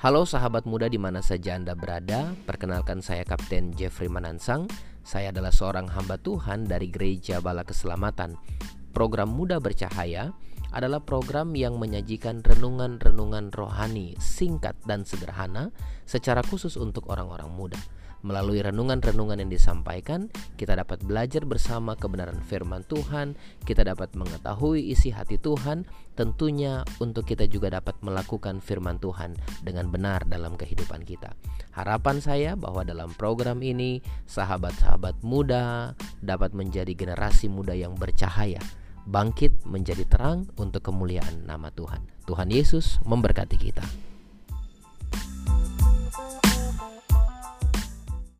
Halo sahabat muda di mana saja Anda berada, perkenalkan saya Kapten Jeffrey Manansang. Saya adalah seorang hamba Tuhan dari Gereja Bala Keselamatan. Program Muda Bercahaya adalah program yang menyajikan renungan-renungan rohani singkat dan sederhana secara khusus untuk orang-orang muda. Melalui renungan-renungan yang disampaikan, kita dapat belajar bersama kebenaran firman Tuhan, kita dapat mengetahui isi hati Tuhan, tentunya untuk kita juga dapat melakukan firman Tuhan dengan benar dalam kehidupan kita. Harapan saya bahwa dalam program ini, sahabat-sahabat muda dapat menjadi generasi muda yang bercahaya, bangkit menjadi terang untuk kemuliaan nama Tuhan. Tuhan Yesus memberkati kita.